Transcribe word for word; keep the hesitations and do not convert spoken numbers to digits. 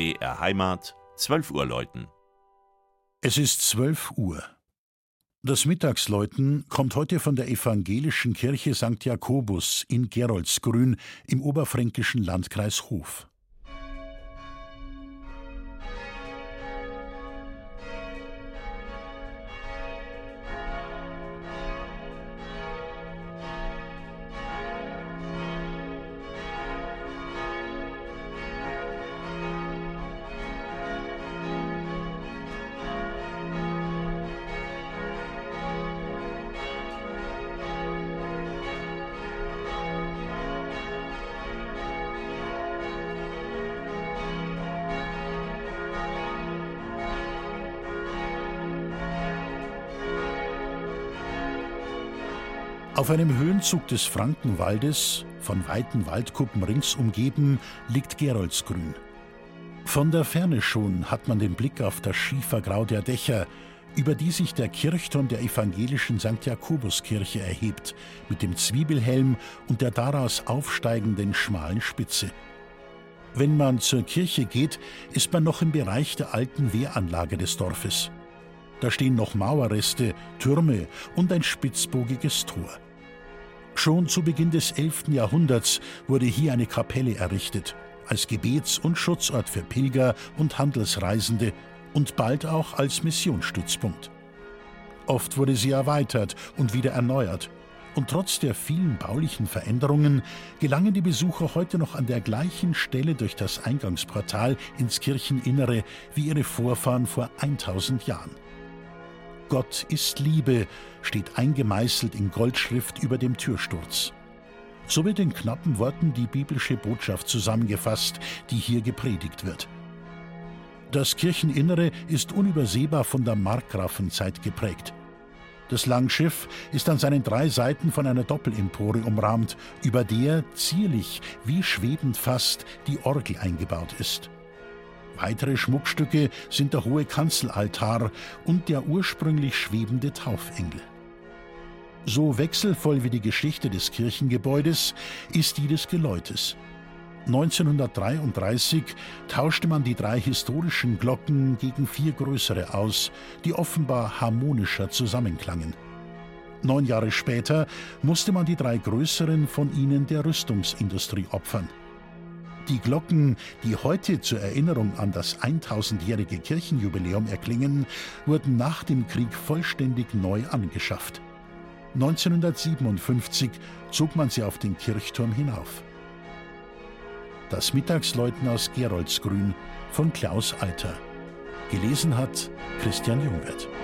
B R Heimat, zwölf Uhr läuten. Es ist zwölf Uhr. Das Mittagsläuten kommt heute von der evangelischen Kirche Sankt Jakobus in Geroldsgrün im oberfränkischen Landkreis Hof. Auf einem Höhenzug des Frankenwaldes, von weiten Waldkuppen rings umgeben, liegt Geroldsgrün. Von der Ferne schon hat man den Blick auf das Schiefergrau der Dächer, über die sich der Kirchturm der evangelischen Sankt Jakobuskirche erhebt, mit dem Zwiebelhelm und der daraus aufsteigenden schmalen Spitze. Wenn man zur Kirche geht, ist man noch im Bereich der alten Wehranlage des Dorfes. Da stehen noch Mauerreste, Türme und ein spitzbogiges Tor. Schon zu Beginn des elften Jahrhunderts wurde hier eine Kapelle errichtet, als Gebets- und Schutzort für Pilger und Handelsreisende und bald auch als Missionsstützpunkt. Oft wurde sie erweitert und wieder erneuert, und trotz der vielen baulichen Veränderungen gelangen die Besucher heute noch an der gleichen Stelle durch das Eingangsportal ins Kircheninnere wie ihre Vorfahren vor tausend Jahren. Gott ist Liebe, steht eingemeißelt in Goldschrift über dem Türsturz. So wird in knappen Worten die biblische Botschaft zusammengefasst, die hier gepredigt wird. Das Kircheninnere ist unübersehbar von der Markgrafenzeit geprägt. Das Langschiff ist an seinen drei Seiten von einer Doppelempore umrahmt, über der zierlich, wie schwebend fast, die Orgel eingebaut ist. Weitere Schmuckstücke sind der hohe Kanzelaltar und der ursprünglich schwebende Taufengel. So wechselvoll wie die Geschichte des Kirchengebäudes ist die des Geläutes. neunzehnhundertdreiunddreißig tauschte man die drei historischen Glocken gegen vier größere aus, die offenbar harmonischer zusammenklangen. Neun Jahre später musste man die drei größeren von ihnen der Rüstungsindustrie opfern. Die Glocken, die heute zur Erinnerung an das tausendjährige Kirchenjubiläum erklingen, wurden nach dem Krieg vollständig neu angeschafft. neunzehnhundertsiebenundfünfzig zog man sie auf den Kirchturm hinauf. Das Mittagsläuten aus Geroldsgrün von Klaus Alter. Gelesen hat Christian Jungwirth.